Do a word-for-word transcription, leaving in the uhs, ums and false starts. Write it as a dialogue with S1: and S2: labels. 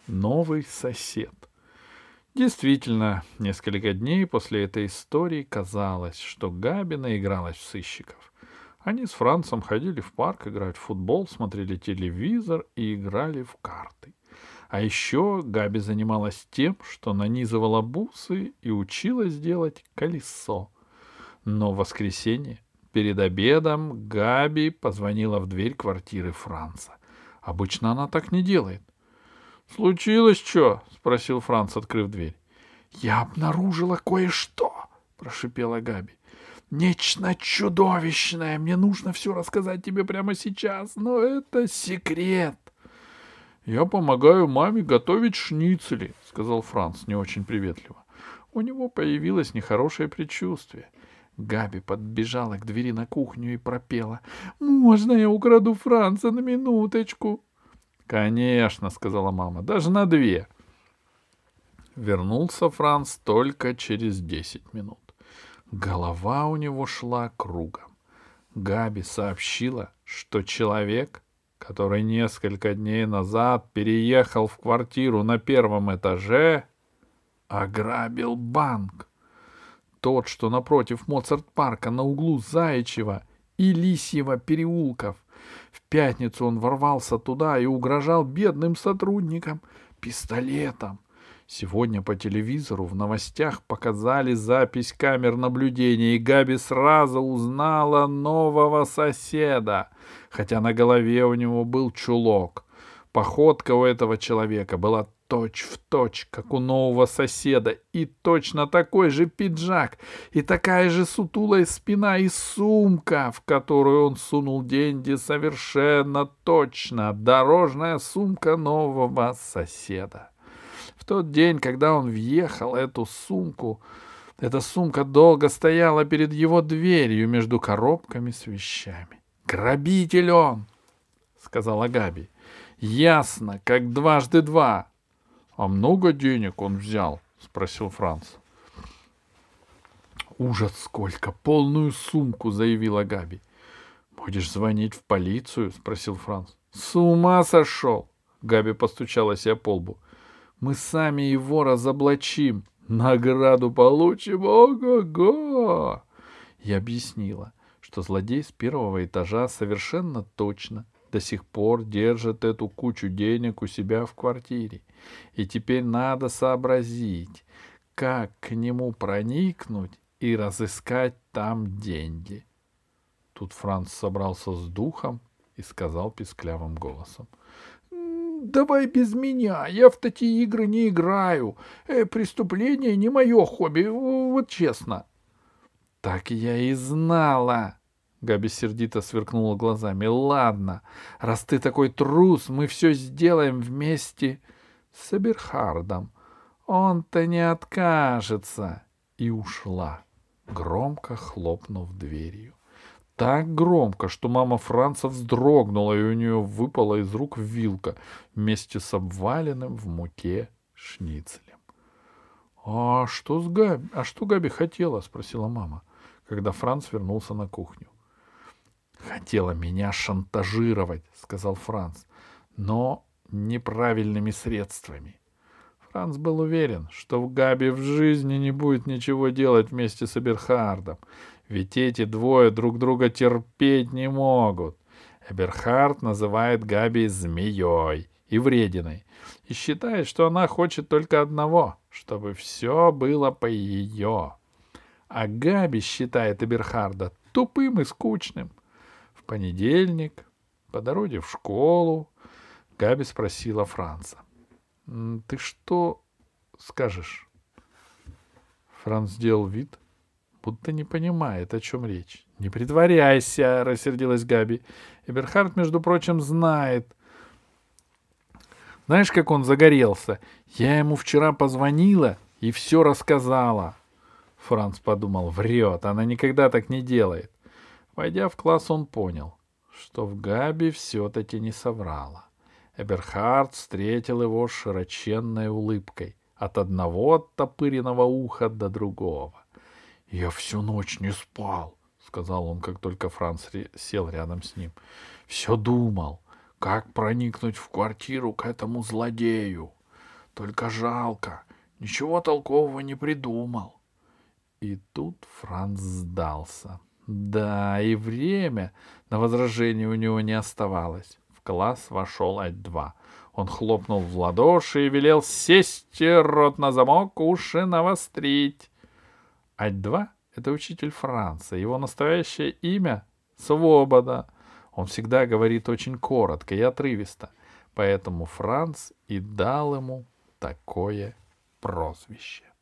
S1: Новый сосед. Действительно, несколько дней после этой истории казалось, что Габи наигралась в сыщиков. Они с Францем ходили в парк играть в футбол, смотрели телевизор и играли в карты. А еще Габи занималась тем, что нанизывала бусы и училась делать колесо. Но в воскресенье, перед обедом, Габи позвонила в дверь квартиры Франца. Обычно она так не делает. «Случилось что?» — спросил Франц, открыв дверь. «Я обнаружила кое-что!» — прошипела Габи. «Нечто чудовищное! Мне нужно все рассказать тебе прямо сейчас, но это секрет!» «Я помогаю маме готовить шницели», — сказал Франц не очень приветливо. У него появилось нехорошее предчувствие. Габи подбежала к двери на кухню и пропела. «Можно я украду Франца на минуточку?» «Конечно», — сказала мама, — «даже на две». Вернулся Франц только через десять минут. Голова у него шла кругом. Габи сообщила, что человек, который несколько дней назад переехал в квартиру на первом этаже, ограбил банк. Тот, что напротив Моцарт-парка на углу Заячьего и Лисьего переулков. В пятницу он ворвался туда и угрожал бедным сотрудникам пистолетом. Сегодня по телевизору в новостях показали запись камер наблюдения, и Габи сразу узнала нового соседа, хотя на голове у него был чулок. Походка у этого человека была точь-в-точь, как у нового соседа, и точно такой же пиджак, и такая же сутулая спина, и сумка, в которую он сунул деньги, совершенно точно дорожная сумка нового соседа. В тот день, когда он въехал, эту сумку, эта сумка долго стояла перед его дверью между коробками с вещами. «Грабитель он!» — сказала Габи. «Ясно, как дважды два». «А много денег он взял?» — спросил Франц. «Ужас сколько! Полную сумку!» — заявила Габи. «Будешь звонить в полицию?» — спросил Франц. «С ума сошел!» — Габи постучала себя по лбу. «Мы сами его разоблачим. Награду получим. Ого-го!» Я объяснила, что злодей с первого этажа совершенно точно до сих пор держит эту кучу денег у себя в квартире. И теперь надо сообразить, как к нему проникнуть и разыскать там деньги. Тут Франц собрался с духом и сказал писклявым голосом. «Давай без меня, я в такие игры не играю. Э, преступление не мое хобби, вот честно». «Так я и знала!» Габи сердито сверкнула глазами. «Ладно, раз ты такой трус, мы все сделаем вместе с Эберхардом. Он-то не откажется». И ушла, громко хлопнув дверью. Так громко, что мама Франца вздрогнула, и у нее выпала из рук вилка вместе с обваленным в муке шницелем. «А что с Габи? А что Габи хотела?» — спросила мама, когда Франц вернулся на кухню. «Хотела меня шантажировать», — сказал Франц, — «но неправильными средствами». Франц был уверен, что в Габи в жизни не будет ничего делать вместе с Эберхардом, ведь эти двое друг друга терпеть не могут. Эберхард называет Габи змеей и врединой и считает, что она хочет только одного, чтобы все было по ее. А Габи считает Эберхарда тупым и скучным. В понедельник, по дороге в школу, Габи спросила Франца: «Ты что скажешь?» Франц сделал вид, будто не понимает, о чем речь. «Не притворяйся», — рассердилась Габи. «Эберхард, между прочим, знает. Знаешь, как он загорелся? Я ему вчера позвонила и все рассказала». Франц подумал: врет, она никогда так не делает. Войдя в класс, он понял, что в Габи все-таки не соврала. Эберхард встретил его с широченной улыбкой, от одного оттопыренного уха до другого. «Я всю ночь не спал», — сказал он, как только Франц сел рядом с ним. «Все думал, как проникнуть в квартиру к этому злодею. Только жалко, ничего толкового не придумал. И тут Франц сдался. Да, и время на возражение у него не оставалось. В класс вошел Ать-два. Он хлопнул в ладоши и велел сесть, рот на замок, уши навострить. Ать-два — это учитель Франца. Его настоящее имя — Свобода. Он всегда говорит очень коротко и отрывисто. Поэтому Франц и дал ему такое прозвище.